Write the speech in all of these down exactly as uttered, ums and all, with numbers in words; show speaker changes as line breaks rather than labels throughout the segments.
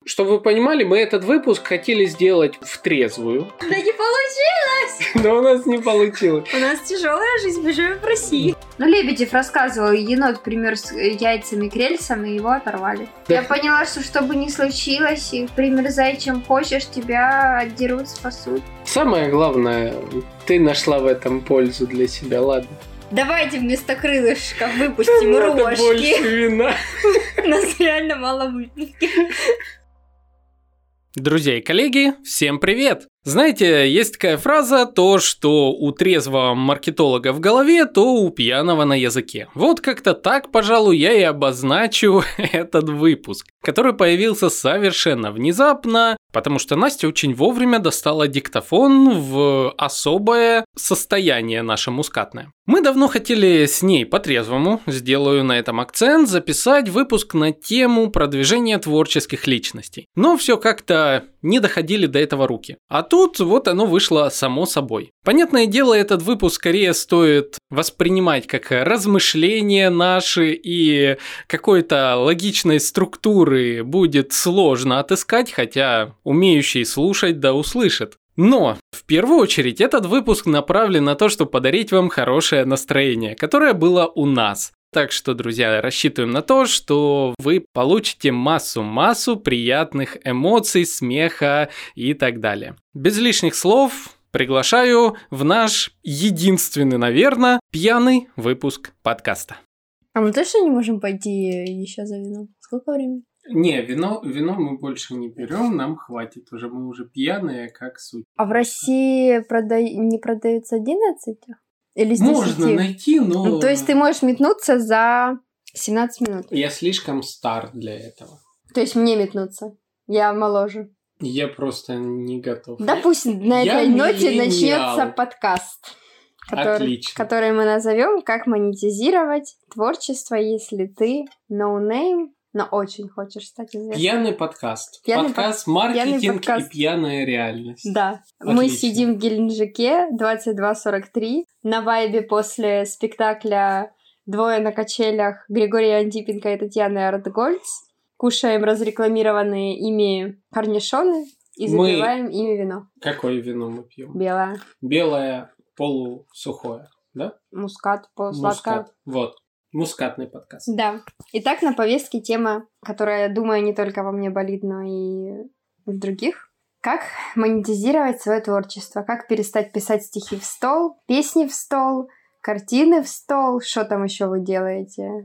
чтобы вы понимали, мы этот выпуск хотели сделать в трезвую.
Да не получилось!
Но у нас не получилось.
У нас тяжелая жизнь, мы живем в России.
Ну, Лебедев рассказывал, енот пример с яйцами к рельсам, и его оторвали. Да. Я поняла, что что бы ни случилось, и примерзай чем хочешь, тебя отдерут, спасут.
Самое главное, ты нашла в этом пользу для себя, ладно?
Давайте вместо крылышка выпустим рожки.
Надо больше вина.
У нас реально мало выпивки.
Друзья и коллеги, всем привет! Знаете, есть такая фраза, то, что у трезвого маркетолога в голове, то у пьяного на языке. Вот как-то так, пожалуй, я и обозначу этот выпуск, который появился совершенно внезапно, потому что Настя очень вовремя достала диктофон в особое состояние наше мускатное. Мы давно хотели с ней по-трезвому, сделаю на этом акцент, записать выпуск на тему продвижения творческих личностей. Но все как-то не доходили до этого руки. А тут вот оно вышло само собой. Понятное дело, этот выпуск скорее стоит воспринимать как размышления наши, и какой-то логичной структуры будет сложно отыскать, хотя умеющий слушать да услышит. Но, в первую очередь, этот выпуск направлен на то, чтобы подарить вам хорошее настроение, которое было у нас. Так что, друзья, рассчитываем на то, что вы получите массу-массу приятных эмоций, смеха и так далее. Без лишних слов приглашаю в наш единственный, наверное, пьяный выпуск подкаста.
А мы точно не можем пойти еще за вином? Сколько времени?
Не, вино, вино мы больше не берем, нам хватит уже, мы уже пьяные, как суть.
А в России прода... не продаются одиннадцать? Или с
Можно
десяти?
Найти, но...
Ну, то есть ты можешь метнуться за семнадцать минут?
Я слишком стар для этого.
То есть мне метнуться? Я моложе.
Я просто не готов.
Да я... пусть на
я
этой ноте
миллениал.
Начнется подкаст. Который, который мы назовем «Как монетизировать творчество, если ты no name, но очень хочешь стать известным».
Пьяный подкаст.
Пьяный
подкаст,
по...
маркетинг
пьяный подкаст.
И пьяная реальность.
Да.
Отлично.
Мы сидим в Геленджике, двадцать два сорок три, на вайбе после спектакля «Двое на качелях» Григория Антипенко и Татьяны Артгольц. Кушаем разрекламированные ими корнишоны и запиваем мы... ими вино.
Какое вино мы пьем?
Белое.
Белое, полусухое, да?
Мускат, полусладкое.
Мускат. Вот. Мускатный подкаст.
Да. Итак, на повестке тема, которая, думаю, не только во мне болит, но и в других. Как монетизировать свое творчество? Как перестать писать стихи в стол, песни в стол, картины в стол? Что там еще вы делаете?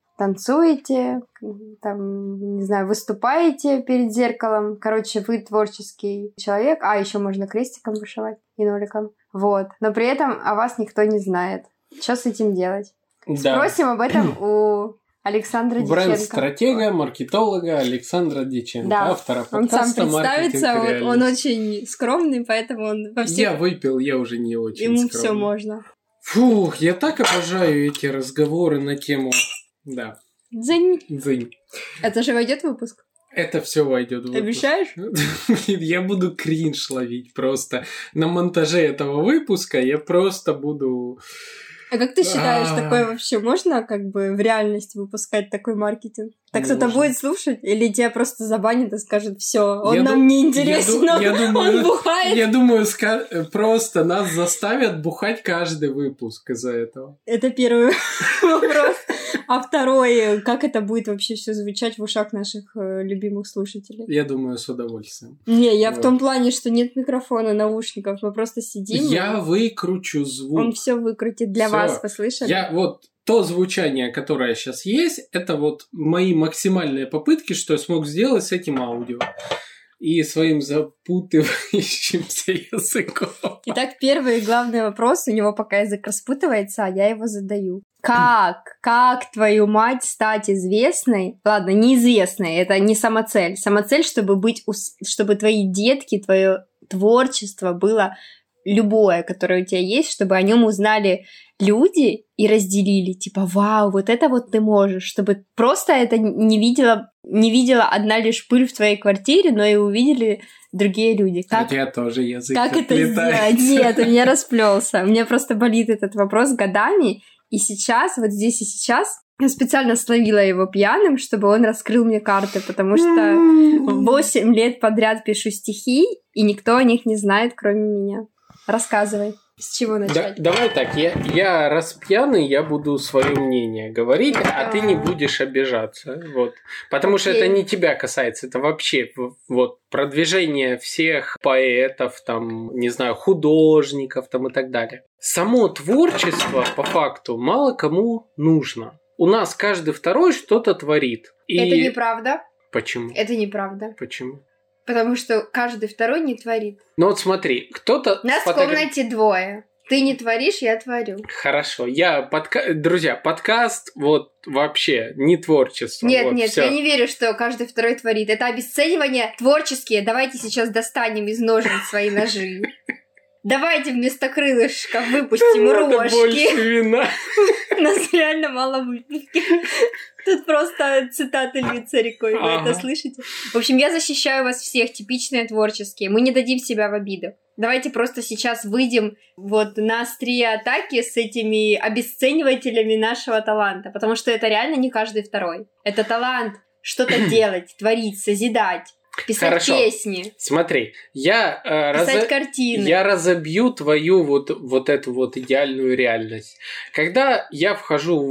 Танцуете? Там, не знаю, выступаете перед зеркалом? Короче, вы творческий человек. А, еще можно крестиком вышивать и ноликом. Вот. Но при этом о вас никто не знает. Что с этим делать? Да. Спросим об этом у Александра Диченко.
Бренд-стратега, маркетолога Александра Диченко, да. Автора подкаста.
Он сам представится, он, он очень скромный, поэтому он во всех...
Я выпил, я уже не очень
Ему
скромный.
Все можно.
Фух, я так обожаю эти разговоры на тему... Да.
Дзынь.
Дзынь.
Это же войдет в выпуск?
Это все войдет в выпуск.
Обещаешь?
Я буду кринж ловить просто. На монтаже этого выпуска я просто буду...
А как ты считаешь, такое вообще можно как бы в реальности выпускать такой маркетинг? Так кто-то будет слушать? Или тебя просто забанит и скажет, все, он я нам ду- не интересен, я, я думаю, он бухает?
Я думаю, ска- просто нас заставят бухать каждый выпуск из-за этого.
Это первый вопрос. А второй, как это будет вообще все звучать в ушах наших э, любимых слушателей?
Я думаю, с удовольствием.
Не, я вот. В том плане, что нет микрофона, наушников, мы просто сидим.
Я и... выкручу звук.
Он все выкрутит для всё. Вас, вы слышали?
Я вот то звучание, которое сейчас есть, это вот мои максимальные попытки, что я смог сделать с этим аудио. И своим запутывающимся языком.
Итак, первый и главный вопрос, у него пока язык распутывается, а я его задаю. Как? Как, твою мать, стать известной? Ладно, неизвестной, это не самоцель. Самоцель, чтобы быть, чтобы твои детки, твое творчество было любое, которое у тебя есть, чтобы о нем узнали люди и разделили. Типа, вау, вот это вот ты можешь. Чтобы просто это не видела, не видела одна лишь пыль в твоей квартире, но и увидели другие люди. Как,
у тебя тоже язык
Как это сделать? Нет, у меня расплелся. У меня просто болит этот вопрос годами. И сейчас, вот здесь и сейчас, Я специально словила его пьяным, чтобы он раскрыл мне карты, потому что восемь лет подряд пишу стихи, и никто о них не знает, кроме меня. Рассказывай. С чего начать?
Да, давай так, я, я раз пьяный, я буду свое мнение говорить, а ты не будешь обижаться. Вот. Потому что это не тебя касается, это вообще вот, продвижение всех поэтов, там, не знаю, художников там, и так далее. Само творчество, по факту, мало кому нужно. У нас каждый второй что-то творит. И...
Это неправда.
Почему?
Это неправда.
Почему?
Потому что каждый второй не творит.
Ну вот смотри, кто-то...
Нас фотограф... в комнате двое. Ты не творишь, я творю.
Хорошо. Я подка... Друзья, подкаст вот вообще не творчество.
Нет,
вот,
нет,
всё.
Я не верю, что каждый второй творит. Это обесценивание творческие. Давайте сейчас достанем из ножен свои ножи. Давайте вместо крылышка выпустим рожки.
Больше вина.
У нас реально мало выпивки. Тут просто цитаты льются рекой, вы ага. это слышите? В общем, я защищаю вас всех, типичные творческие. Мы не дадим себя в обиду. Давайте просто сейчас выйдем вот на острие атаки с этими обесценивателями нашего таланта, потому что это реально не каждый второй. Это талант что-то делать, творить, созидать. Писать
Хорошо.
Песни.
Смотри, я, э,
писать
разо...
картины.
я разобью твою вот, вот эту вот идеальную реальность. Когда я вхожу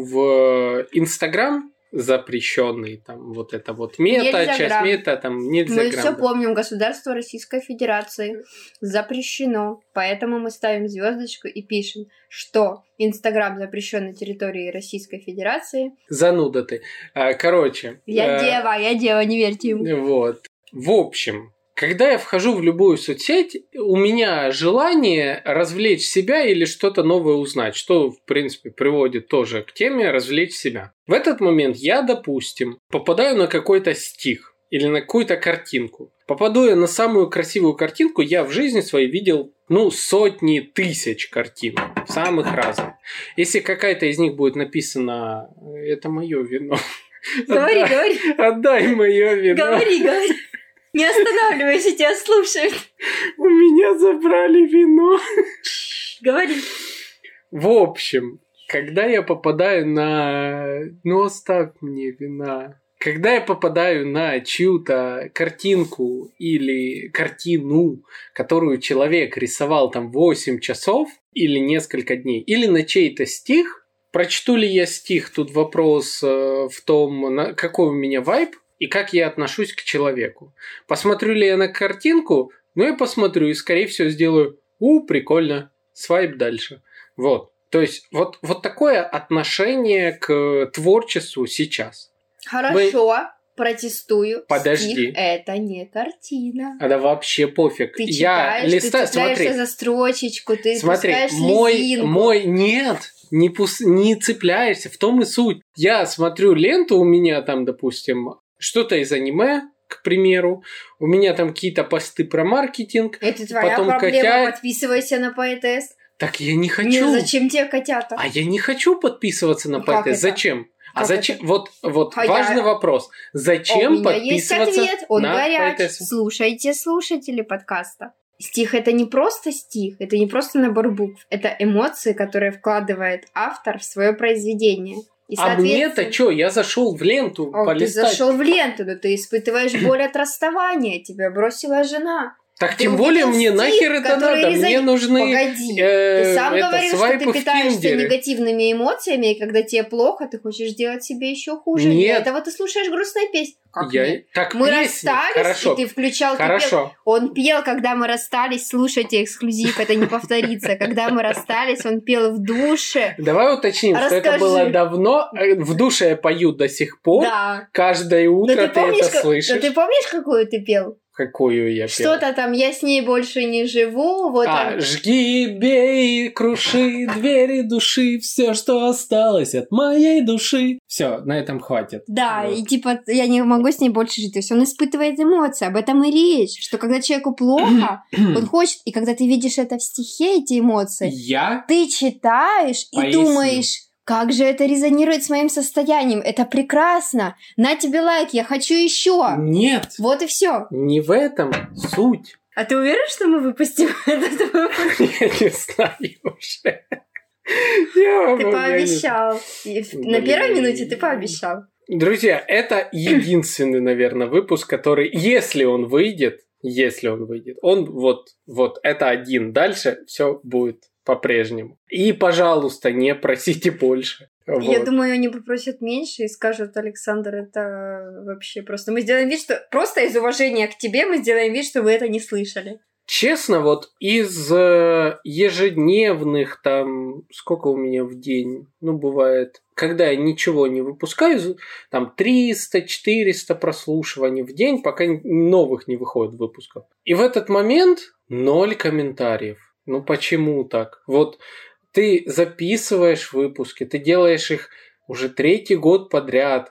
в Инстаграм, запрещенный, там вот это вот мета,
нельзя
часть
грамм.
мета, там нельзя
Мы
грамм,
все
да.
помним, государство Российской Федерации запрещено, поэтому мы ставим звездочку и пишем, что Инстаграм запрещен на территории Российской Федерации.
Зануда ты. Короче.
Я
э...
дева, я дева, не верьте ему.
Вот. В общем, когда я вхожу в любую соцсеть, у меня желание развлечь себя или что-то новое узнать, что, в принципе, приводит тоже к теме развлечь себя. В этот момент я, допустим, попадаю на какой-то стих или на какую-то картинку. Попаду я на самую красивую картинку, я в жизни своей видел, ну, сотни тысяч картин, самых разных. Если какая-то из них будет написана «Это мое вино»,
говори,
отдай,
говори,
отдай мое вино.
Говори, говори. Не останавливайся, тебя слушают.
У меня забрали вино.
Говори.
В общем, когда я попадаю на... Ну, оставь мне вина. Когда я попадаю на чью-то картинку или картину, которую человек рисовал там восемь часов или несколько дней, или на чей-то стих, прочту ли я стих, тут вопрос э, в том, на какой у меня вайб, и как я отношусь к человеку. Посмотрю ли я на картинку? Ну, я посмотрю и, скорее всего, сделаю «У, прикольно, свайп дальше». Вот. То есть, вот, вот такое отношение к творчеству сейчас.
Хорошо, Мы... протестую.
Подожди.
Стих – это не картина.
А да вообще пофиг.
Ты
я
читаешь,
листа...
ты цепляешься
Смотри.
за строчечку, ты
Смотри,
пускаешь
мой,
слезинку.
мой... Нет! Не, пус... не цепляешься, в том и суть. Я смотрю ленту, у меня там, допустим... Что-то из аниме, к примеру. У меня там какие-то посты про маркетинг.
Это твоя
потом
проблема.
котя...
Подписывайся на поэтесс.
Так я не хочу.
Не, зачем тебе котята?
А я не хочу подписываться на
Ну, как
поэтесс.
это?
Зачем?
Как
а зачем?
это?
Вот, вот
А
важный
я...
вопрос. Зачем
У меня
подписываться
есть ответ. Он
на
горяч.
поэтесс?
Слушайте, слушатели подкаста. Стих — это не просто стих, это не просто набор букв. Это эмоции, которые вкладывает автор в свое произведение. И,
а мне-то что? Я зашел в ленту
О,
полистать.
Ты зашел в ленту, но ты испытываешь боль от расставания. Тебя бросила жена.
Так
ты
тем более мне
стих,
нахер это надо.
резон...
Мне нужны
Погоди.
э,
Ты сам
это,
говорил, что ты питаешься
Тиндере.
негативными эмоциями, и когда тебе плохо, ты хочешь сделать себе еще хуже.
Нет.
Для этого ты слушаешь грустные песни. Как
я...
нет?
Так
Мы
песни.
расстались,
Хорошо.
и ты включал...
Хорошо.
Ты пел. Он пел, когда мы расстались. Слушайте, эксклюзив, это не повторится. Когда мы расстались, он пел в душе.
Давай уточним,
Расскажи.
что это было давно. В душе я пою до сих пор.
Да.
Каждое утро
ты,
ты,
помнишь,
это
как...
слышишь.
Но ты помнишь, какую ты пел?
Какую я пел?
Что-то там «Я с ней больше не живу». Вот
а,
он.
жги, бей, круши двери души, все, что осталось от моей души. Все, на этом хватит.
Да,
вот.
и типа я не могу с ней больше жить. То есть он испытывает эмоции, об этом и речь. Что когда человеку плохо, он хочет, и когда ты видишь это в стихе, эти эмоции,
я
ты читаешь и
поясню.
думаешь... Как же это резонирует с моим состоянием? Это прекрасно. На тебе лайк, я хочу еще.
Нет.
Вот и все.
Не в этом суть.
А ты уверен, что мы выпустим этот выпуск?
Я не знаю уже.
Ты пообещал. На первой минуте ты пообещал.
Друзья, это единственный, наверное, выпуск, который, если он выйдет, если он выйдет, он вот, вот, это один. Дальше все будет по-прежнему. И, пожалуйста, не просите больше.
Я
Вот.
думаю, они попросят меньше и скажут: Александр, это вообще просто... Мы сделаем вид, что... Просто из уважения к тебе мы сделаем вид, что вы это не слышали.
Честно, вот из э, ежедневных там, сколько у меня в день, ну, бывает, когда я ничего не выпускаю, там триста-четыреста прослушиваний в день, пока новых не выходит выпусков. И в этот момент ноль комментариев. Ну, почему так? Вот ты записываешь выпуски, ты делаешь их уже третий год подряд,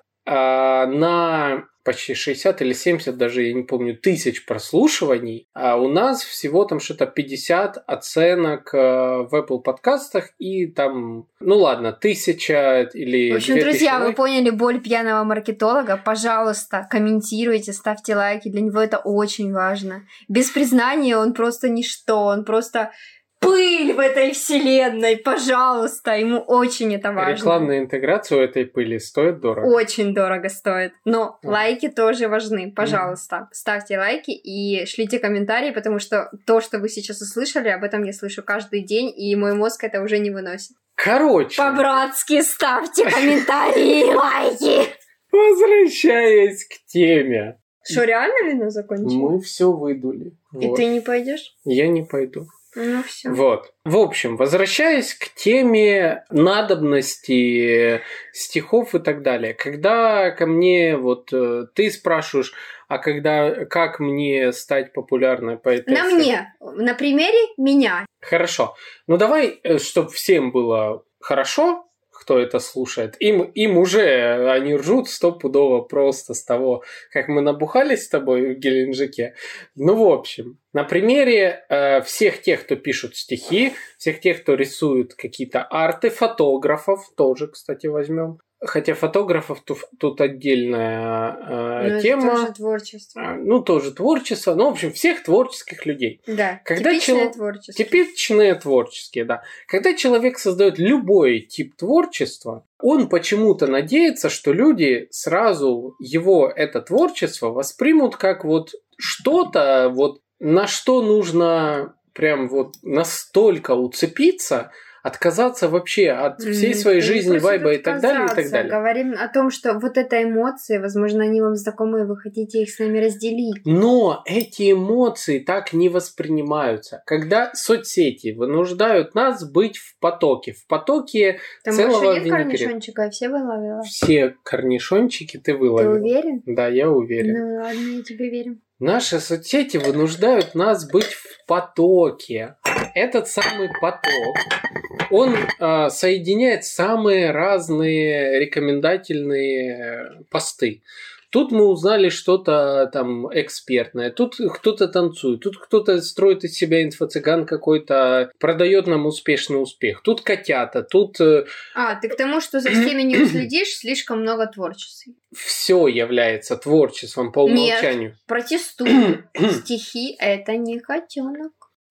а на почти шестьдесят или семьдесят, даже я не помню, тысяч прослушиваний, а у нас всего там что-то пятьдесят оценок э, в Apple подкастах и там, ну ладно, тысяча или
В общем, друзья, вы поняли боль пьяного маркетолога. Пожалуйста, комментируйте, ставьте лайки, для него это очень важно. Без признания он просто ничто, он просто... пыль в этой вселенной, пожалуйста, ему очень это важно.
Рекламная интеграция у этой пыли стоит дорого.
Очень дорого стоит. Но
А.
лайки тоже важны. Пожалуйста, mm-hmm. ставьте лайки и шлите комментарии, потому что то, что вы сейчас услышали, об этом я слышу каждый день, и мой мозг это уже не выносит.
Короче.
По-братски ставьте комментарии и лайки.
Возвращаясь к теме.
Что, реально вино закончилось?
Мы все выдули.
И
Вот.
ты не пойдешь?
Я не пойду.
Ну все.
Вот. В общем, возвращаясь к теме надобности стихов и так далее. Когда ко мне вот э, ты спрашиваешь, а когда как мне стать популярной поэтессой?
На мне. На примере меня.
Хорошо. Ну давай, чтобы всем было хорошо, кто это слушает. Им, им уже они ржут стопудово просто с того, как мы набухались с тобой в Геленджике. Ну, в общем, на примере э, всех тех, кто пишут стихи, всех тех, кто рисует какие-то арты, фотографов, тоже, кстати, возьмем. Хотя фотографов тут, тут отдельная э,
ну,
тема.
Это тоже творчество.
Ну, тоже творчество. Ну, в общем, всех творческих людей.
Да,
Когда
типичное
чел...
творчество.
Типичные творческие, да. Когда человек создает любой тип творчества, он почему-то надеется, что люди сразу его это творчество воспримут как вот что-то, вот на что нужно прям вот настолько уцепиться, отказаться вообще от всей mm, своей жизни, вайба и так далее, и так далее.
Говорим о том, что вот это эмоции, возможно, они вам знакомы, и вы хотите их с нами разделить.
Но эти эмоции так не воспринимаются. Когда соцсети вынуждают нас быть в потоке, в потоке
Там
целого
винограда. Там корнишончика, я все выловила.
Все корнишончики ты выловила.
Ты уверен?
Да, я уверен.
Ну ладно, я тебе верю.
Наши соцсети вынуждают нас быть в потоке. Этот самый поток, он э, соединяет самые разные рекомендательные посты. Тут мы узнали что-то там экспертное, тут кто-то танцует, тут кто-то строит из себя инфо-цыган какой-то, продает нам успешный успех. Тут котята, тут...
А, ты к тому, что за всеми не уследишь, слишком много творчества.
Все является творчеством по умолчанию.
Нет, протестую. Стихи — это не котенок.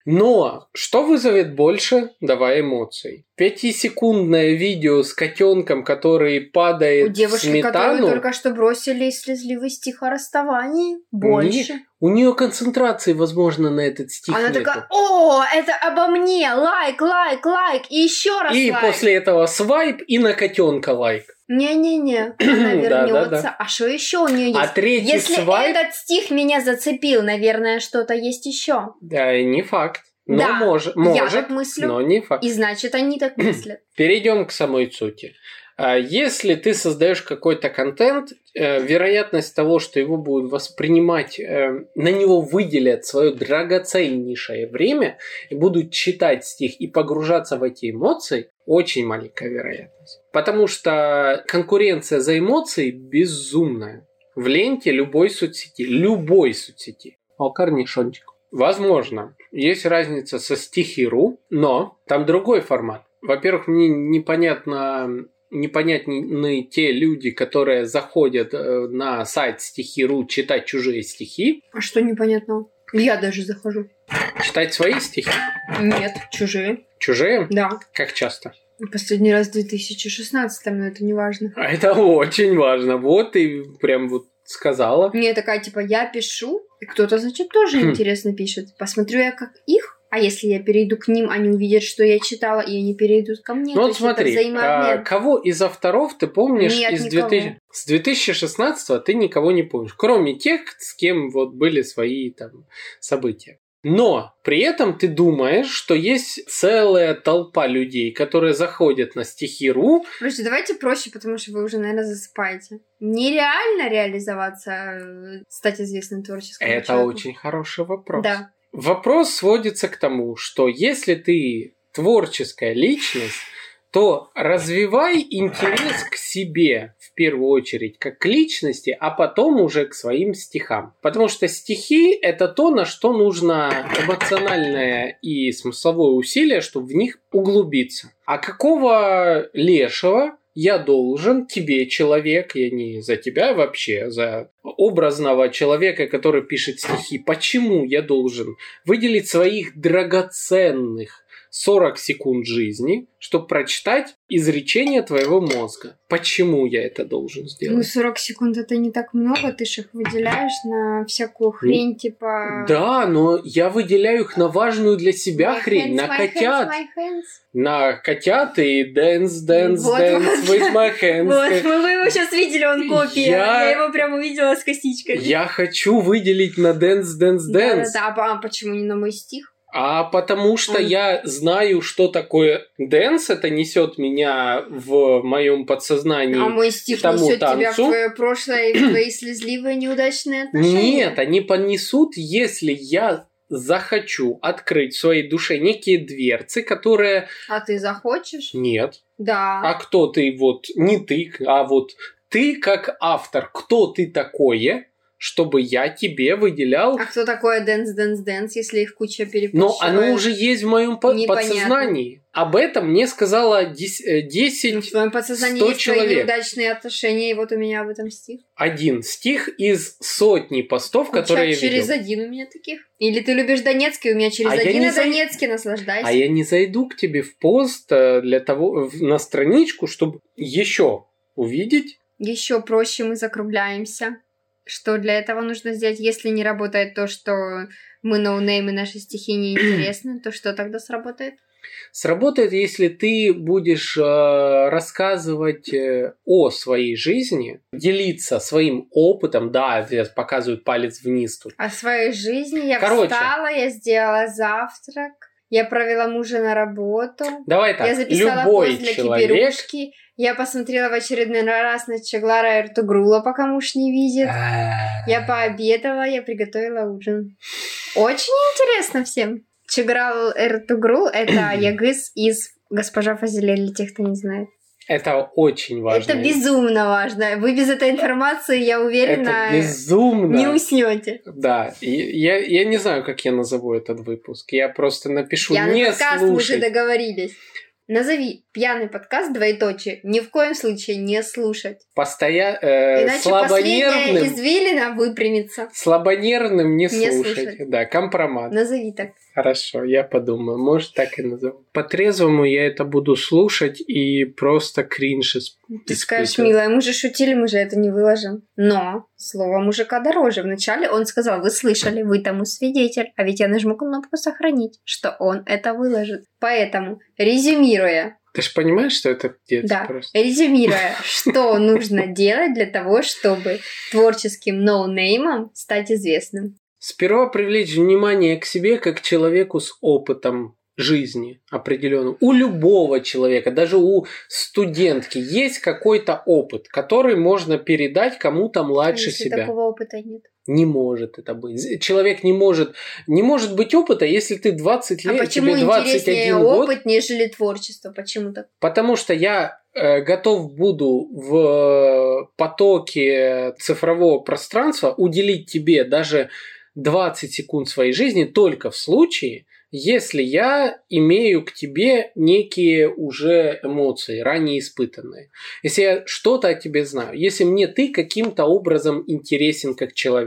Но что вызовет больше? Давай эмоций. Пятисекундное видео с котенком, который падает
у девушки,
в сметану.
Которую только что бросили слезливый стих о расставании, больше.
Не, у нее концентрации, возможно, на этот стих
Она
нету.
такая: о, это обо мне, лайк, лайк, лайк, и еще раз
и
лайк.
И после этого свайп, и на котенка лайк.
Не-не-не, она вернется.
Да, да, да.
А что еще у нее есть?
А третий
Если
свайп...
этот стих меня зацепил, наверное, что-то есть еще.
Да, не факт. Но
да,
может, может,
я так мыслю,
но не факт.
И значит, они так мыслят.
Перейдем к самой сути. Если ты создаешь какой-то контент, вероятность того, что его будут воспринимать, на него выделят свое драгоценнейшее время и будут читать стих и погружаться в эти эмоции, очень маленькая вероятность. Потому что конкуренция за эмоции безумная. В ленте любой соцсети, любой соцсети. О, корнишончик. Возможно, есть разница со стихи.ру, но там другой формат. Во-первых, мне непонятно, непонятны те люди, которые заходят на сайт стихи.ру читать чужие стихи.
А что непонятного? Я даже захожу.
Читать свои стихи?
Нет, чужие.
Чужие?
Да.
Как часто?
Последний раз в две тысячи шестнадцатом, но это не важно.
А это очень важно. Вот ты прям вот сказала.
Мне такая, типа, я пишу, и кто-то, значит, тоже хм. интересно пишет. Посмотрю я, как их, а если я перейду к ним, они увидят, что я читала, и они перейдут ко мне.
Ну вот смотри, а, кого из авторов ты помнишь
Нет,
из две тысячи... с две тысячи шестнадцатого ты никого не помнишь, кроме тех, с кем вот были свои там события. Но при этом ты думаешь, что есть целая толпа людей, которые заходят на стихи.ру.
Слушайте, давайте проще, потому что вы уже, наверное, засыпаете. Нереально реализоваться, стать известным творческим
Это
человеком.
очень хороший вопрос.
Да.
Вопрос сводится к тому, что если ты творческая личность, то развивай интерес к себе в первую очередь, как к личности, а потом уже к своим стихам. Потому что стихи – это то, на что нужно эмоциональное и смысловое усилие, чтобы в них углубиться. А какого лешего я должен тебе, человек, я не за тебя вообще, за образного человека, который пишет стихи, почему я должен выделить своих драгоценных сорок секунд жизни, чтобы прочитать изречение твоего мозга? Почему я это должен сделать?
Ну, сорок секунд это не так много, ты же их выделяешь на всякую хрень, ну, типа...
Да, но я выделяю их на важную для себя
my
хрень,
hands,
на
my
котят.
Hands, my hands.
На котят и dance, dance,
вот,
dance
вот.
with my hands.
Вот, вы его сейчас видели, он копия.
Я...
я его прям увидела с косичкой.
Я хочу выделить на dance, dance, dance.
Да-да-да, а почему не на мой стих?
А потому что mm. я знаю, что такое дэнс, это несет меня в моем подсознании.
А мой стих несет тебя в твое прошлое и в твои слезливые неудачные отношения.
Нет, они понесут, если я захочу открыть в своей душе некие дверцы, которые...
А ты захочешь?
Нет.
Да.
А кто ты вот, не ты, а вот ты как автор, кто ты такое, чтобы я тебе выделял...
А кто такое dance, dance, dance, если их куча перепутала?
Но оно уже есть в моем по- подсознании. Об этом мне сказала десять,
ну, в твоем подсознании
сто
есть
человек.
Твои неудачные отношения, и вот у меня об этом стих.
Один стих из сотни постов,
Включай
которые я
через
видел.
один у меня таких. Или ты любишь Донецкий, у меня через
а
один, и
зай...
Донецкий, наслаждайся.
А я не зайду к тебе в пост для того, на страничку, чтобы еще увидеть.
Еще проще мы закругляемся. Что для этого нужно сделать? Если не работает то, что мы ноунеймы, наши стихи неинтересны, то что тогда сработает?
Сработает, если ты будешь э, рассказывать э, о своей жизни, делиться своим опытом, да, показывают палец вниз тут.
О своей жизни я
Короче,
встала, я сделала завтрак, я провела мужа на работу,
давай так,
я записала
любой
пост для
человек...
киберушки, я посмотрела в очередной раз на Чаглара Эртугрула, пока муж не видит, я пообедала, я приготовила ужин. Очень интересно всем. Чаграл Эртугрул — это ягыз из «Госпожа Фазиле», для тех, кто не знает.
Это очень важно.
Это безумно важно. Вы без этой информации, я уверена,
это безумно.
не уснете.
Да, я, я не знаю, как я назову этот выпуск. Я просто напишу
«Пьяный
не
подкаст»,
слушать.
мы же договорились. Назови «Пьяный подкаст», двоеточие. Ни в коем случае не слушать.
Постоя... Э,
Иначе
слабонервным...
последняя извилина выпрямится.
Слабонервным не,
не
слушать.
слушать.
Да, компромат.
Назови так.
Хорошо, я подумаю. Может, так и назову. По-трезвому я это буду слушать и просто кринж испытывать.
Ты скажешь, милая, мы же шутили, мы же это не выложим. Но слово мужика дороже. Вначале он сказал, вы слышали, вы тому свидетель. А ведь я нажму кнопку «Сохранить», что он это выложит. Поэтому, резюмируя...
Ты же понимаешь, что это пиздец
да.
просто?
Резюмируя, что нужно делать для того, чтобы творческим ноунеймом стать известным?
Сперва привлечь внимание к себе как к человеку с опытом жизни определенным. У любого человека, даже у студентки, есть какой-то опыт, который можно передать кому-то младше
если
себя.
Такого опыта нет.
Не может это быть. Человек не может, не может быть опыта, если ты двадцать лет,
а почему
тебе двадцать один год.
Опыт, нежели творчество? Почему так?
Потому что я э, готов буду в потоке цифрового пространства уделить тебе даже двадцать секунд своей жизни только в случае, если я имею к тебе некие уже эмоции, ранее испытанные. Если я что-то о тебе знаю. Если мне ты каким-то образом интересен как человек.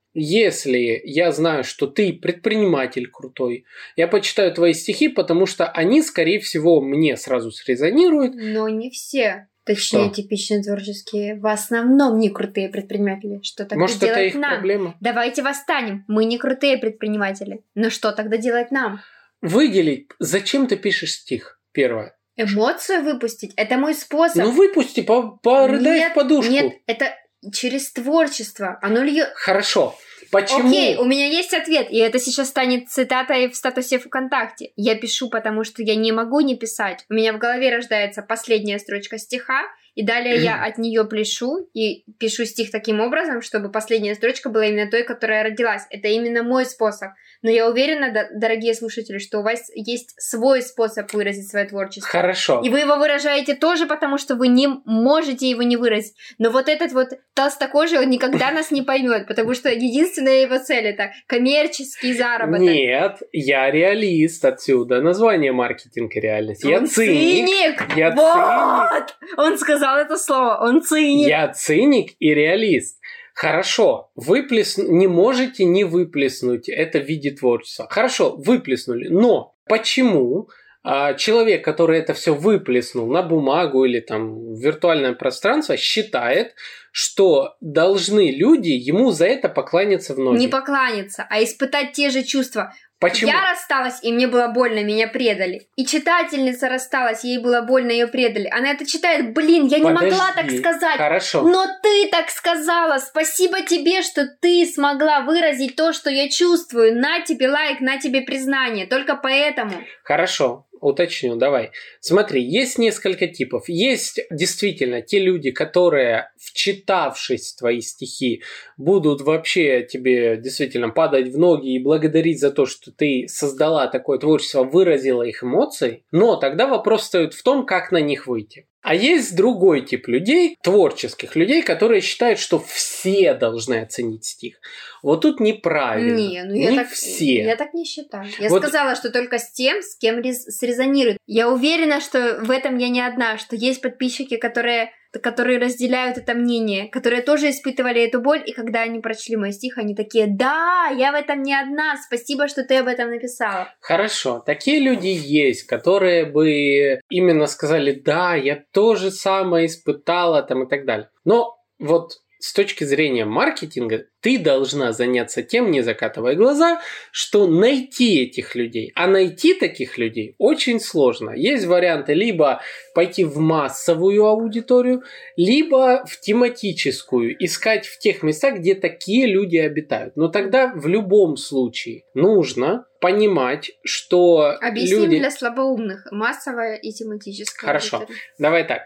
если я знаю, что ты предприниматель крутой, я почитаю твои стихи, потому что они, скорее всего, мне сразу срезонируют.
Но не все. Точнее, что? Типичные творческие. В основном не крутые предприниматели. Что тогда
Может,
делать
это их
нам?
проблема?
Давайте восстанем. Мы не крутые предприниматели. Но что тогда делать нам?
Выделить. Зачем ты пишешь стих? Первое.
Эмоцию выпустить. Это мой способ.
Ну выпусти, порыдай
нет,
в подушку.
Нет, это через творчество. Оно льет...
Хорошо. Почему?
Окей, у меня есть ответ, и это сейчас станет цитатой в статусе ВКонтакте. Я пишу, потому что я не могу не писать. У меня в голове рождается последняя строчка стиха, и далее я от нее пляшу и пишу стих таким образом, чтобы последняя строчка была именно той, которая родилась. Это именно мой способ. Но я уверена, дорогие слушатели, что у вас есть свой способ выразить свое творчество.
Хорошо.
И вы его выражаете тоже, потому что вы не можете его не выразить. Но вот этот вот толстокожий, он никогда нас не поймет, потому что единственная его цель — это коммерческий заработок.
Нет, я реалист, отсюда название маркетинг и реальность. Я
он
циник.
циник!
Я
вот!
циник.
Он сказал это слово, он циник.
Я циник и реалист. Хорошо, выплес... не можете не выплеснуть это в виде творчества. Хорошо, выплеснули, но почему а, человек, который это все выплеснул на бумагу или там в виртуальное пространство, считает, что должны люди ему за это покланяться в ноги?
Не покланяться, а испытать те же чувства.
Почему?
Я рассталась, и мне было больно, меня предали. И читательница рассталась, ей было больно, ее предали. Она это читает, блин, я
Подожди,
не могла так сказать.
Хорошо.
Но ты так сказала. Спасибо тебе, что ты смогла выразить то, что я чувствую. На тебе лайк, на тебе признание. Только поэтому.
Хорошо. Уточню, давай. Смотри, есть несколько типов. Есть действительно те люди, которые, вчитавшись в твои стихи, будут вообще тебе действительно падать в ноги и благодарить за то, что ты создала такое творчество, выразила их эмоции. Но тогда вопрос стоит в том, как на них выйти. А есть другой тип людей, творческих людей, которые считают, что все должны оценить стих. Вот тут неправильно.
Не, ну я
не
так,
все.
Я так не считаю. Я
вот...
сказала, что только с тем, с кем рез... срезонирует. Я уверена, что в этом я не одна, что есть подписчики, которые, которые разделяют это мнение, которые тоже испытывали эту боль, и когда они прочли мой стих, они такие: да, я в этом не одна, спасибо, что ты об этом написала.
Хорошо, такие люди есть, которые бы именно сказали: да, я то же самое испытала там и так далее. Но вот с точки зрения маркетинга ты должна заняться тем, не закатывая глаза, что найти этих людей. А найти таких людей очень сложно. Есть варианты либо пойти в массовую аудиторию, либо в тематическую, искать в тех местах, где такие люди обитают. Но тогда в любом случае нужно понимать, что
Объясним
люди...
для слабоумных. Массовая и тематическая.
Хорошо,
аудитория.
Давай так.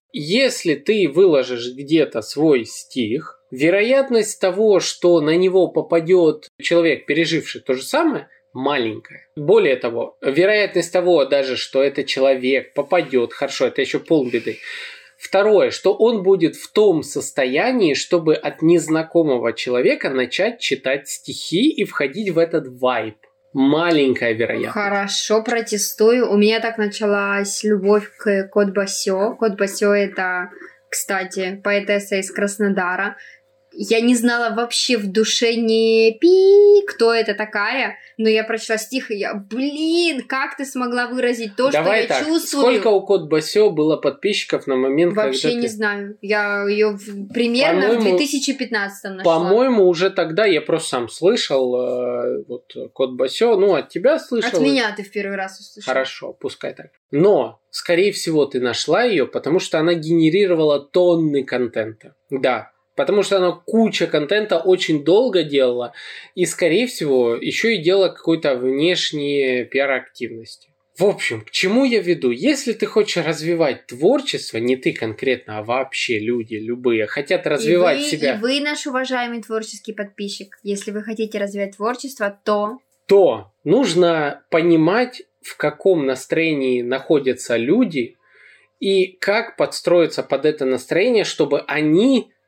Если ты выложишь где-то свой стих, вероятность того, что на него попадет человек, переживший то же самое, маленькая. Более того, вероятность того даже, что этот человек попадет, хорошо, это еще полбеды. Второе, что он будет в том состоянии, чтобы от незнакомого человека начать читать стихи и входить в этот вайб. Маленькая вероятность.
Хорошо, протестую. У меня так началась любовь к Кот Басё. Кот Басё — это, кстати, поэтесса из Краснодара. Я не знала вообще в душе не пи, кто это такая, но я прочла стих, и я, блин, как ты смогла выразить то,
Давай
что я
так.
чувствую?
Сколько у Кот Басё было подписчиков на момент,
вообще
когда
не
ты...
знаю. Я ее примерно
По-моему,
в две тысячи пятнадцатом нашла.
По-моему, уже тогда я просто сам слышал, э, вот Кот Басё, ну, от тебя слышал.
От меня ты в первый раз услышал.
Хорошо, пускай так. Но, скорее всего, ты нашла ее, потому что она генерировала тонны контента. Да. Потому что она куча контента очень долго делала и, скорее всего, еще и делала какой-то внешние пиар-активности. В общем, к чему я веду? Если ты хочешь развивать творчество, не ты конкретно, а вообще люди, любые, хотят развивать
и вы,
себя...
И вы, наш уважаемый творческий подписчик, если вы хотите развивать творчество, то...
То нужно понимать, в каком настроении находятся люди и как подстроиться под это настроение, чтобы они...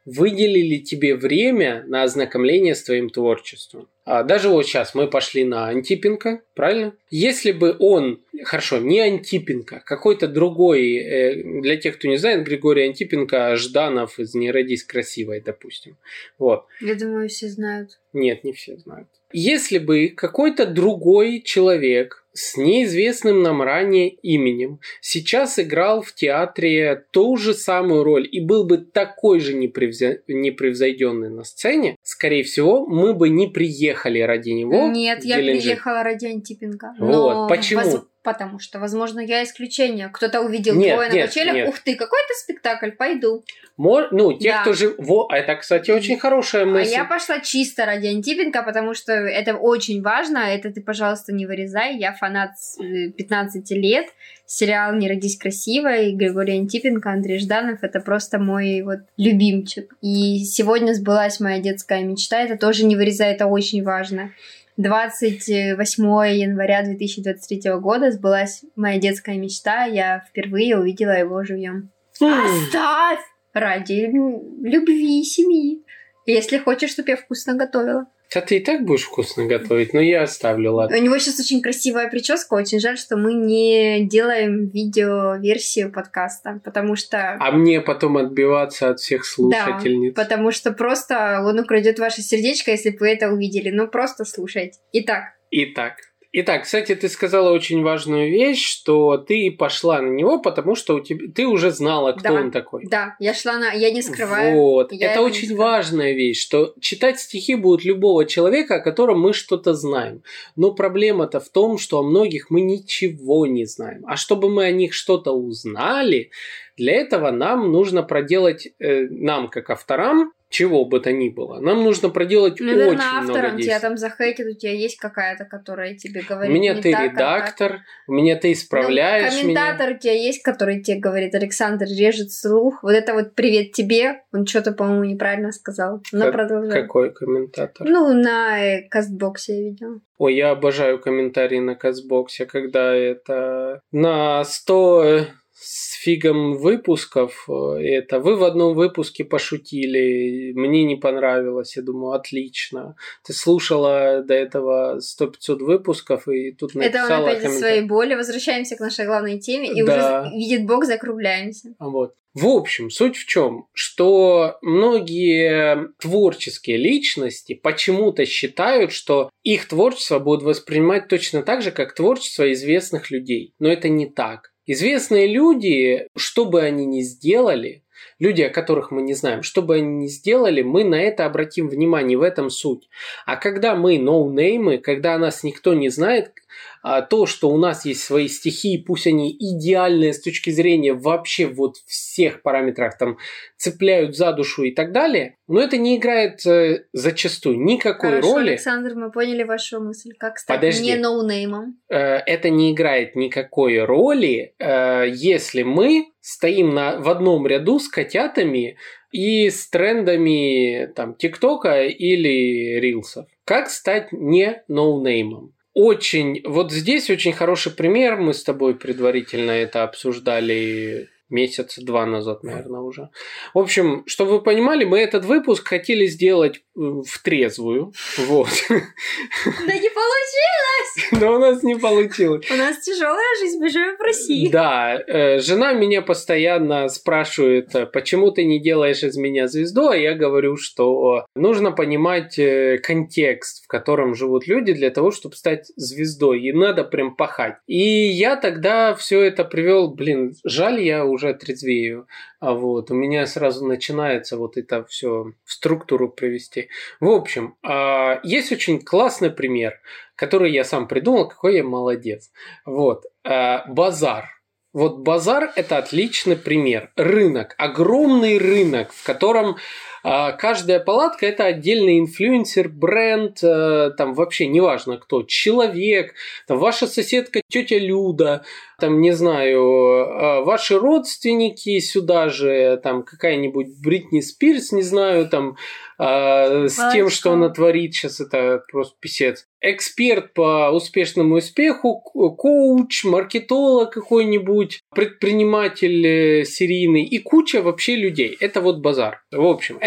выделили тебе время на ознакомление с твоим творчеством. А даже вот сейчас мы пошли на Антипенко, правильно? Если бы он, хорошо, не Антипенко, какой-то другой, э, для тех, кто не знает, Григорий Антипенко, Жданов из «Не родись красивой», допустим. Вот.
Я думаю, все знают.
Нет, не все знают. Если бы какой-то другой человек с неизвестным нам ранее именем сейчас играл в театре ту же самую роль и был бы такой же непревзя... непревзойденный на сцене, скорее всего, мы бы не приехали ради него.
Нет, я
Геленджик.
приехала ради Антипенко.
Вот, почему?
Воз... Потому что, возможно, я исключение. Кто-то увидел
нет,
твое на
нет,
качелях.
нет.
Ух ты, какой-то спектакль, пойду.
Мор... Ну, те,
да.
кто жив... Во, это, кстати, очень хорошая мысль.
А я пошла чисто ради Антипенко, потому что это очень важно. Это ты, пожалуйста, не вырезай. Я фанат с пятнадцати лет. Сериал «Не родись красивой», Григорий Антипенко, Андрей Жданов. Это просто мой вот любимчик. И сегодня сбылась моя детская мечта. Это тоже не вырезай, это очень важно. двадцать восьмого января две тысячи двадцать третьего года сбылась моя детская мечта. Я впервые увидела его живьем. Оставь! Ради любви семьи. Если хочешь, чтобы я вкусно готовила.
Да ты и так будешь вкусно готовить, но я оставлю, ладно.
У него сейчас очень красивая прическа. Очень жаль, что мы не делаем видеоверсию подкаста, потому что...
А мне потом отбиваться от всех слушательниц.
Да, потому что просто он украдет ваше сердечко, если бы вы это увидели. Ну, просто слушайте. Итак.
Итак. Итак, кстати, ты сказала очень важную вещь, что ты пошла на него, потому что у тебя, ты уже знала, кто
да,
он такой.
Да, я шла на... Я не скрываю.
Вот. Это очень важная вещь, что читать стихи будут любого человека, о котором мы что-то знаем. Но проблема-то в том, что о многих мы ничего не знаем. А чтобы мы о них что-то узнали, для этого нам нужно проделать, э, нам как авторам, чего бы то ни было. Нам нужно проделать
Наверное,
очень
автором
много действий.
Тебя там захейтят, у тебя есть какая-то, которая тебе говорит.
У меня
не
ты
так,
редактор,
а так.
у меня ты исправляешь
ну, комментатор
меня.
у тебя есть, который тебе говорит: Александр режет слух. Вот это вот привет тебе. Он что-то, по-моему, неправильно сказал. Но продолжай.
Какой комментатор?
Ну, на э, Кастбоксе я видела.
Ой, я обожаю комментарии на Кастбоксе, когда это на сто с фигом выпусков, это вы в одном выпуске пошутили, мне не понравилось, я думаю, отлично. Ты слушала до этого сто-пятьсот выпусков и тут написала
это он опять из своей
комментарий.
боли. Возвращаемся к нашей главной теме и
Да.
уже видит Бог, закругляемся.
Вот. В общем, суть в чем, что многие творческие личности почему-то считают, что их творчество будут воспринимать точно так же, как творчество известных людей. Но это не так. Известные люди, что бы они ни сделали, люди, о которых мы не знаем, что бы они ни сделали, мы на это обратим внимание, в этом суть. А когда мы ноунеймы, когда о нас никто не знает, то, что у нас есть свои стихи, пусть они идеальные с точки зрения вообще вот всех параметров, там цепляют за душу и так далее, но это не играет э, зачастую никакой
Хорошо,
роли.
Александр, мы поняли вашу мысль. Как стать
Подожди.
не ноунеймом?
Э, это не играет никакой роли, э, если мы стоим на, в одном ряду с котятами и с трендами там ТикТока или Рилсов. Как стать не ноунеймом? Очень, вот здесь очень хороший пример, мы с тобой предварительно это обсуждали месяца два назад, наверное, уже. В общем, чтобы вы понимали, мы этот выпуск хотели сделать в трезвую, вот.
Да не получилось!
Но у нас не получилось.
У нас тяжелая жизнь, мы живем в России.
Да, э, жена меня постоянно спрашивает, почему ты не делаешь из меня звезду, а я говорю, что нужно понимать э, контекст, в котором живут люди для того, чтобы стать звездой, и надо прям пахать. И я тогда все это привел, блин, жаль, я уже трезвею, а вот у меня сразу начинается вот это все в структуру привести. В общем, э, есть очень классный пример, который я сам придумал, какой я молодец. Вот, э, базар. Вот базар – это отличный пример. Рынок, огромный рынок, в котором э, каждая палатка – это отдельный инфлюенсер, бренд, э, там вообще неважно кто, человек, там, ваша соседка тетя Люда, там, не знаю, э, ваши родственники сюда же, там, какая-нибудь Бритни Спирс, не знаю, там, э, с тем, что она творит, сейчас это просто писец. Эксперт по успешному успеху, коуч, маркетолог какой-нибудь, предприниматель серийный и куча вообще людей. Это вот базар. В общем, это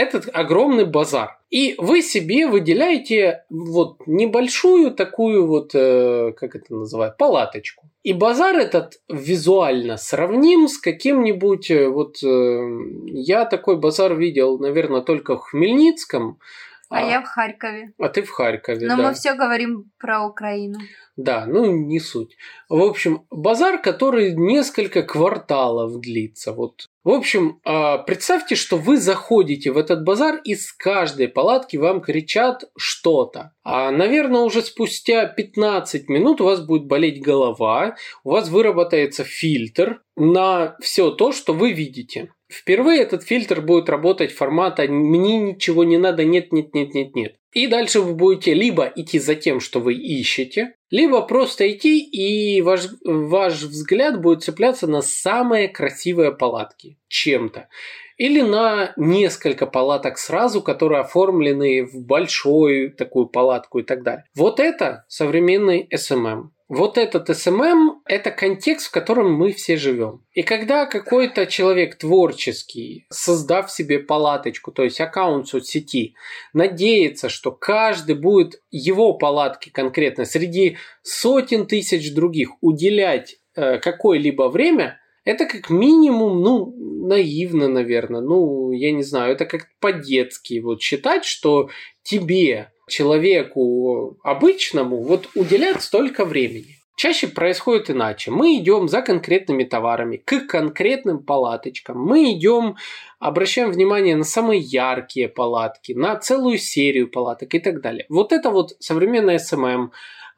этот огромный базар. И вы себе выделяете вот небольшую такую вот, э, как это называют, палаточку. И базар этот визуально сравним с каким-нибудь, вот э, я такой базар видел, наверное, только в Хмельницком.
А, а я в Харькове.
А ты в Харькове,
Но
да.
мы все говорим про Украину.
Да, ну не суть. В общем, базар, который несколько кварталов длится. Вот. В общем, представьте, что вы заходите в этот базар, и с каждой палатки вам кричат что-то. А, наверное, уже спустя пятнадцать минут у вас будет болеть голова, у вас выработается фильтр на все то, что вы видите. Впервые этот фильтр будет работать формата «мне ничего не надо, нет, нет, нет, нет, нет». И дальше вы будете либо идти за тем, что вы ищете, либо просто идти, и ваш, ваш взгляд будет цепляться на самые красивые палатки чем-то. Или на несколько палаток сразу, которые оформлены в большую такую палатку и так далее. Вот это современный эс эм эм. Вот этот эс эм эм – это контекст, в котором мы все живем. И когда какой-то человек творческий, создав себе палаточку, то есть аккаунт в соцсети, надеется, что каждый будет его палатке конкретно среди сотен тысяч других уделять э, какое-либо время, это как минимум, ну, наивно, наверное. Ну, я не знаю, это как по-детски вот считать, что тебе, человеку обычному, вот уделять столько времени. Чаще происходит иначе. Мы идем за конкретными товарами, к конкретным палаточкам. Мы идем, обращаем внимание на самые яркие палатки, на целую серию палаток и так далее. Вот это вот современный эс эм эм,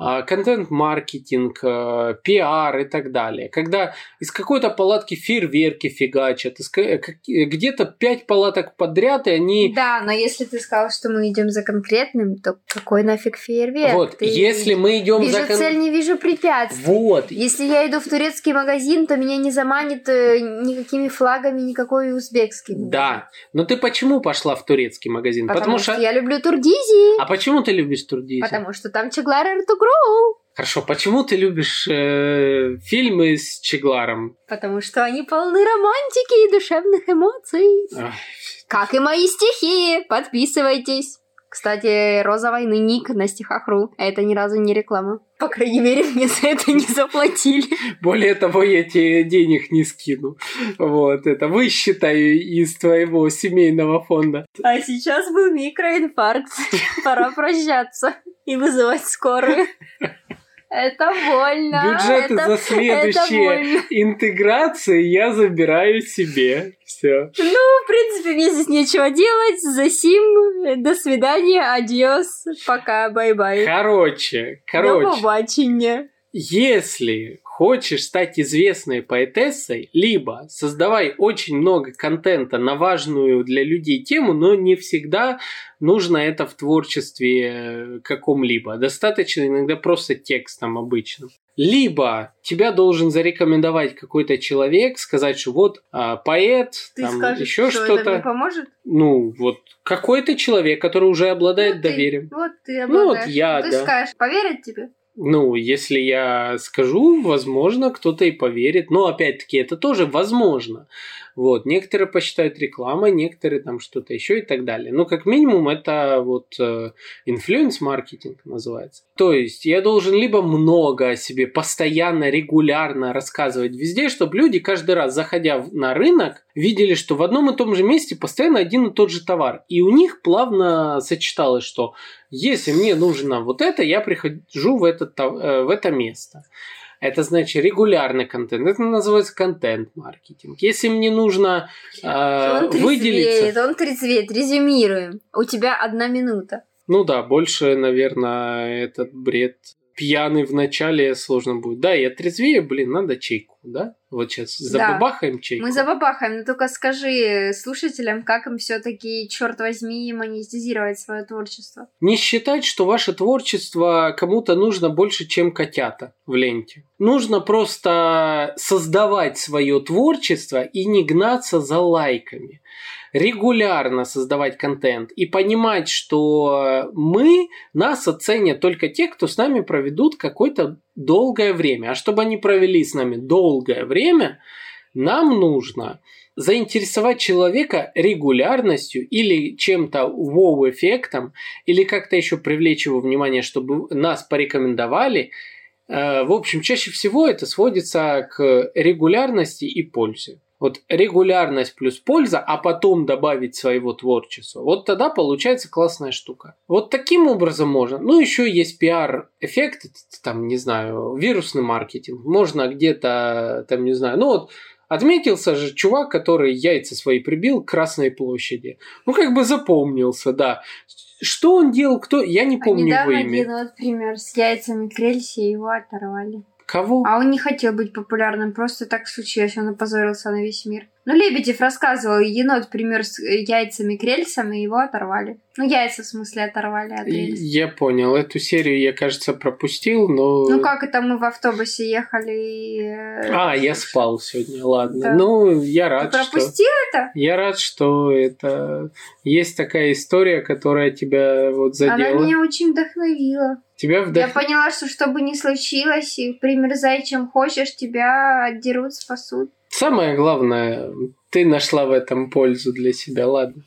контент-маркетинг, пиар и так далее. Когда из какой-то палатки фейерверки фигачат, где-то пять палаток подряд, и они...
Да, но если ты сказал, что мы идем за конкретным, то какой нафиг фейерверк?
Вот,
ты...
если мы идем
вижу
за...
Вижу цель, не вижу препятствий.
Вот.
Если я иду в турецкий магазин, то меня не заманит никакими флагами, никакой узбекский.
Да, но ты почему пошла в турецкий магазин?
Потому, Потому что...
что
я люблю Турдизи.
А почему ты любишь Турдизи?
Потому что там Чеглар Эртугрул.
Хорошо, почему ты любишь э, фильмы с Чегларом?
Потому что они полны романтики и душевных эмоций.
Ах.
Как и мои стихи. Подписывайтесь. Кстати, Роза войны ник на стихах.ру. Это ни разу не реклама. По крайней мере, мне за это не заплатили.
Более того, я тебе денег не скину. Вот, это высчитаю из твоего семейного фонда.
А сейчас был микроинфаркт. Пора прощаться и вызывать скорую. Это больно.
Бюджеты
это,
за следующие интеграции я забираю себе. Все.
Ну, в принципе, мне здесь нечего делать. Засим. До свидания. Адьос. Пока. Бай-бай.
Короче, короче.
До побачення.
Если хочешь стать известной поэтессой, либо создавай очень много контента на важную для людей тему, но не всегда нужно это в творчестве каком-либо. Достаточно иногда просто текстом обычным. Либо тебя должен зарекомендовать какой-то человек, сказать, что вот а, поэт,
ты
там
скажешь,
еще
что
что-то.
Это мне поможет?
Ну, вот какой-то человек, который уже обладает
ну,
доверием.
Ты, вот ты обладаешь.
Ну, вот я,
ты
да.
скажешь, поверят тебе?
Ну, если я скажу, возможно, кто-то и поверит. Но, опять-таки, это тоже возможно. Вот. Некоторые посчитают рекламой, некоторые там что-то еще и так далее. Но, как минимум, это вот инфлюенс-маркетинг называется. То есть, я должен либо много о себе постоянно, регулярно рассказывать везде, чтобы люди каждый раз, заходя на рынок, видели, что в одном и том же месте постоянно один и тот же товар. И у них плавно сочеталось, что если мне нужно вот это, я прихожу в, этот, в это место. Это значит регулярный контент. Это называется контент-маркетинг. Если мне нужно э,
он
выделиться...
трезвеет, он трезвеет. Резюмируем. У тебя одна минута.
Ну да, больше, наверное, этот бред пьяный в начале сложно будет. Да, я трезвее, блин, надо чайку, да? Вот сейчас забабахаем да. чайку.
Мы забабахаем, но только скажи слушателям, как им все-таки, черт возьми, монетизировать свое творчество.
Не считать, что ваше творчество кому-то нужно больше, чем котята в ленте. Нужно просто создавать свое творчество и не гнаться за лайками. Регулярно создавать контент и понимать, что мы, нас оценят только те, кто с нами проведут какое-то долгое время. А чтобы они провели с нами долгое время, Нам нужно заинтересовать человека регулярностью или чем-то воу-эффектом, или как-то еще привлечь его внимание, чтобы нас порекомендовали. В общем, чаще всего это сводится к регулярности и пользе. Вот регулярность плюс польза, а потом добавить своего творчества. Вот тогда получается классная штука. Вот таким образом можно. Ну, еще есть пиар-эффект, там, не знаю, вирусный маркетинг. Можно где-то, там, не знаю, ну вот отметился же чувак, который яйца свои прибил к Красной площади. Ну, как бы запомнился, да. Что он делал, кто? Я не помню
а
его имя.
Недавно один, например, с яйцами крельси, его оторвали.
Кого?
А он не хотел быть популярным, просто так случилось, он опозорился на весь мир. Ну, Лебедев рассказывал, енот, пример с яйцами крельсами, его оторвали. Ну, яйца, в смысле, оторвали от рельс.
Я понял, эту серию я, кажется, пропустил, но...
Ну, как это мы в автобусе ехали и...
А, я спал сегодня, ладно.
Да.
Ну, я рад,
Ты пропустил
что...
это?
Я рад, что это... Есть такая история, которая тебя вот задела.
Она меня очень вдохновила.
Тебя вдох...
Я поняла, что что бы ни случилось, и примерзай чем хочешь, тебя отдерут, спасут.
Самое главное, ты нашла в этом пользу для себя, ладно.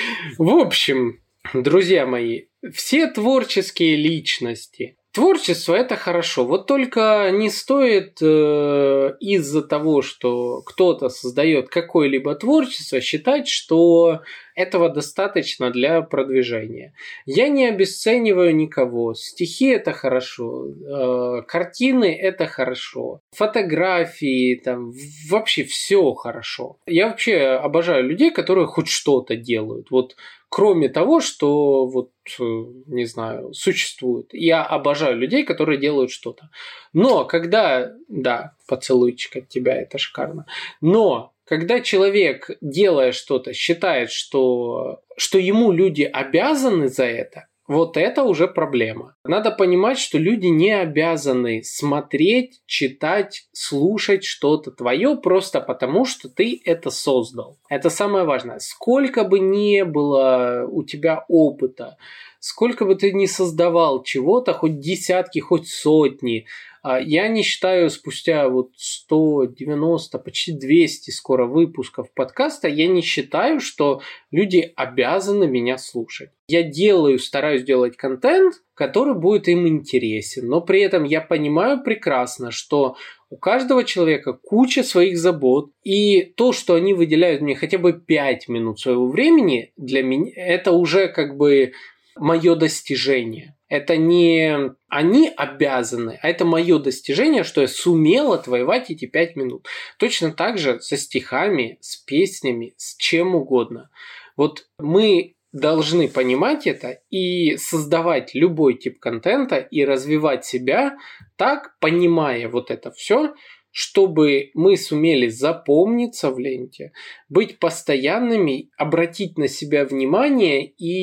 В общем, друзья мои, все творческие личности. Творчество – это хорошо, вот только не стоит э, из-за того, что кто-то создает какое-либо творчество, считать, что этого достаточно для продвижения. Я не обесцениваю никого. Стихи – это хорошо, э, картины – это хорошо, фотографии, там, вообще все хорошо. Я вообще обожаю людей, которые хоть что-то делают. Вот кроме того, что вот, не знаю, существует. Я обожаю людей, которые делают что-то. Но когда, да, поцелуйчик от тебя, это шикарно. Но когда человек, делая что-то, считает, что, что ему люди обязаны за это, вот это уже проблема. Надо понимать, что люди не обязаны смотреть, читать, слушать что-то твое просто потому, что ты это создал. Это самое важное. Сколько бы ни было у тебя опыта, сколько бы ты ни создавал чего-то, хоть десятки, хоть сотни, я не считаю, спустя вот сто девяносто, почти двести скоро выпусков подкаста, я не считаю, что люди обязаны меня слушать. Я делаю, стараюсь делать контент, который будет им интересен, но при этом я понимаю прекрасно, что у каждого человека куча своих забот, и то, что они выделяют мне хотя бы пять минут своего времени, для меня это уже как бы мое достижение. Это не они обязаны, а это мое достижение, что я сумел отвоевать эти пять минут. Точно так же со стихами, с песнями, с чем угодно. Вот мы должны понимать это и создавать любой тип контента и развивать себя так, понимая вот это все, чтобы мы сумели запомниться в ленте, быть постоянными, обратить на себя внимание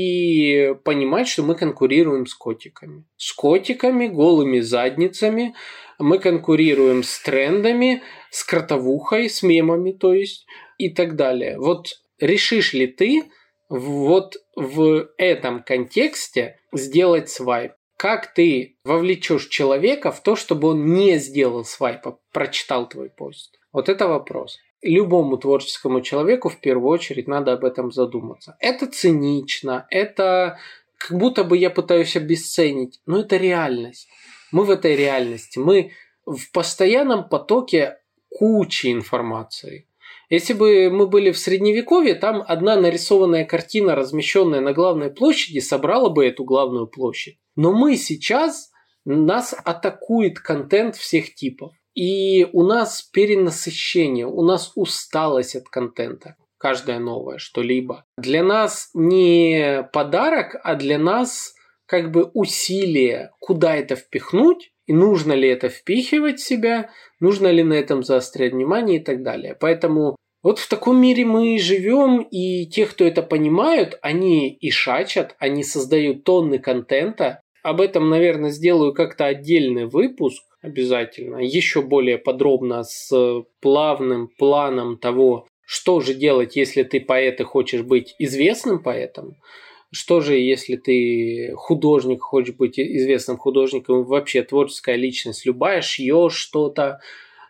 и понимать, что мы конкурируем с котиками. С котиками, голыми задницами, мы конкурируем с трендами, с кротовухой, с мемами, то есть, и так далее. Вот решишь ли ты вот в этом контексте сделать свайп? Как ты вовлечешь человека в то, чтобы он не сделал свайпа, прочитал твой пост? Вот это вопрос. Любому творческому человеку в первую очередь надо об этом задуматься. Это цинично, это как будто бы я пытаюсь обесценить, но это реальность. Мы в этой реальности, мы в постоянном потоке кучи информации. Если бы мы были в Средневековье, там одна нарисованная картина, размещенная на главной площади, собрала бы эту главную площадь. Но мы сейчас, нас атакует контент всех типов. И у нас перенасыщение, у нас усталость от контента. Каждое новое что-либо. Для нас не подарок, а для нас как бы усилие, куда это впихнуть. И нужно ли это впихивать в себя, нужно ли на этом заострять внимание и так далее. Поэтому вот в таком мире мы живем, и те, кто это понимают, они и шачат, они создают тонны контента. Об этом, наверное, сделаю как-то отдельный выпуск обязательно, еще более подробно с плавным планом того, что же делать, если ты поэт и хочешь быть известным поэтом. Что же, если ты художник, хочешь быть известным художником, вообще творческая личность, любая, шьешь что-то,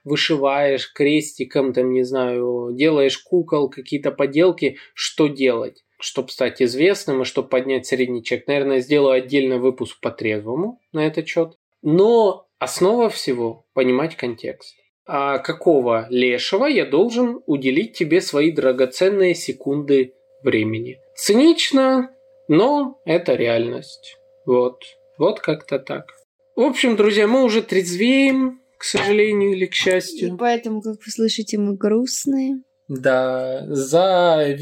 вышиваешь крестиком, там, не знаю, делаешь кукол, какие-то поделки, что делать, чтобы стать известным и чтобы поднять средний чек. Наверное, сделаю отдельный выпуск по трезвому на этот счет. Но основа всего – понимать контекст. А какого лешего я должен уделить тебе свои драгоценные секунды времени? Цинично, но это реальность. Вот. Вот как-то так. В общем, друзья, мы уже трезвеем, к сожалению или к счастью.
И поэтому, как вы слышите, мы грустные.
Да, за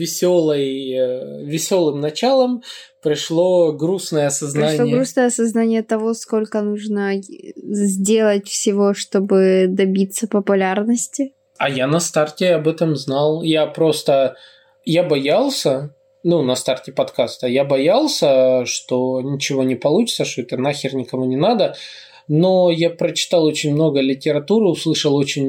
веселой, веселым началом пришло грустное осознание.
Пришло грустное осознание того, сколько нужно сделать всего, чтобы добиться популярности.
А я на старте об этом знал. Я просто... Я боялся, ну, на старте подкаста, я боялся, что ничего не получится, что это нахер никому не надо. Но я прочитал очень много литературы, услышал очень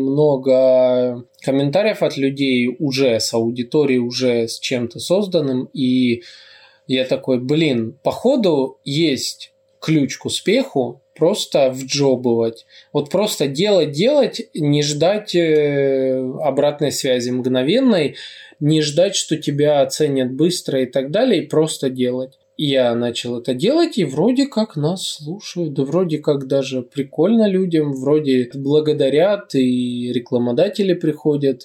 много комментариев от людей уже с аудиторией, уже с чем-то созданным. И я такой, блин, походу есть ключ к успеху, просто вджобывать. Вот просто делать, делать, не ждать обратной связи мгновенной, не ждать, что тебя оценят быстро и так далее, и просто делать. Я начал это делать, и вроде как нас слушают, да вроде как даже прикольно людям, вроде благодарят, и рекламодатели приходят,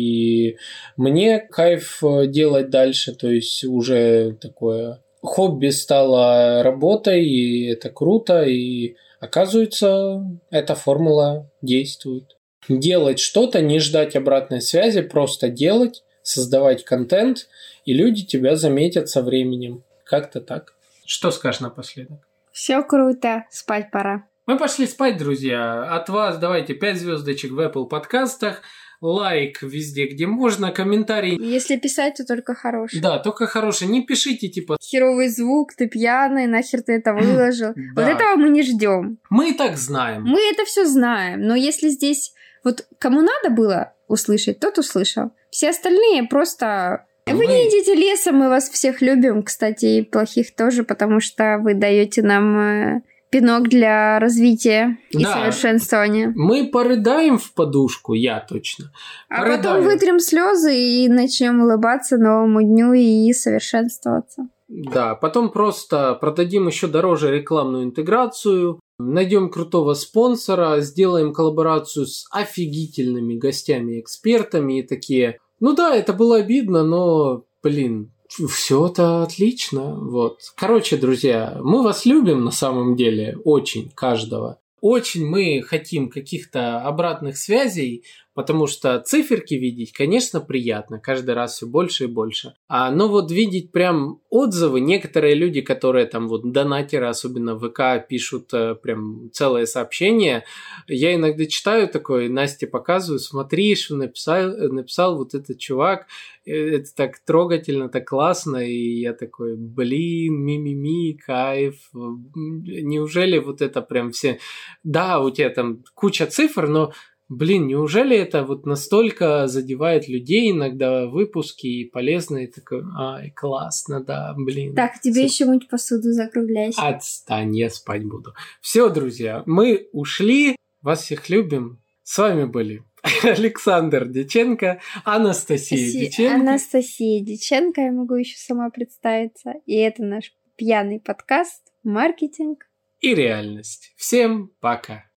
и мне кайф делать дальше, то есть уже такое хобби стало работой, и это круто, и оказывается, эта формула действует. Делать что-то, не ждать обратной связи, просто делать, создавать контент, и люди тебя заметят со временем. Как-то так. Что скажешь напоследок?
Все круто, спать пора.
Мы пошли спать, друзья. От вас давайте пять звездочек в Apple подкастах, лайк везде, где можно, комментарий.
Если писать, то только хороший.
Да, только хороший. Не пишите, типа...
Херовый звук, ты пьяный, нахер ты это выложил. Вот этого мы не ждем.
Мы и так знаем.
Мы это все знаем, но если здесь... Вот кому надо было услышать, тот услышал. Все остальные просто... Вы не идите лесом, мы вас всех любим, кстати, и плохих тоже, потому что вы даете нам пинок для развития и да. совершенствования.
Мы порыдаем в подушку, я точно.
А порыдаю. Потом вытрем слезы и начнем улыбаться новому дню и совершенствоваться.
Да, потом просто продадим еще дороже рекламную интеграцию, найдем крутого спонсора, сделаем коллаборацию с офигительными гостями, экспертами и такие... Ну да, это было обидно, но, блин, все это отлично. Вот. Короче, друзья, мы вас любим на самом деле, очень, каждого. Очень мы хотим каких-то обратных связей, потому что циферки видеть, конечно, приятно, каждый раз все больше и больше. А, но вот видеть прям отзывы, некоторые люди, которые там вот донатеры, особенно в ВК, пишут прям целые сообщения, я иногда читаю такое, Насте показываю, смотри, что написал, написал вот этот чувак, это так трогательно, так классно, и я такой, блин, ми-ми-ми, кайф, неужели вот это прям все... Да, у тебя там куча цифр, но, блин, неужели это вот настолько задевает людей иногда выпуски и полезно, и такой, ай, классно, да, блин.
Так, тебе еще мыть посуду, закругляйся.
Отстань, я спать буду. Все, друзья, мы ушли, вас всех любим. С вами были Александр Дьяченко, Анастасия
Си-
Дьяченко.
Анастасия Дьяченко, я могу еще сама представиться. И это наш пьяный подкаст «Маркетинг
и реальность». Всем пока.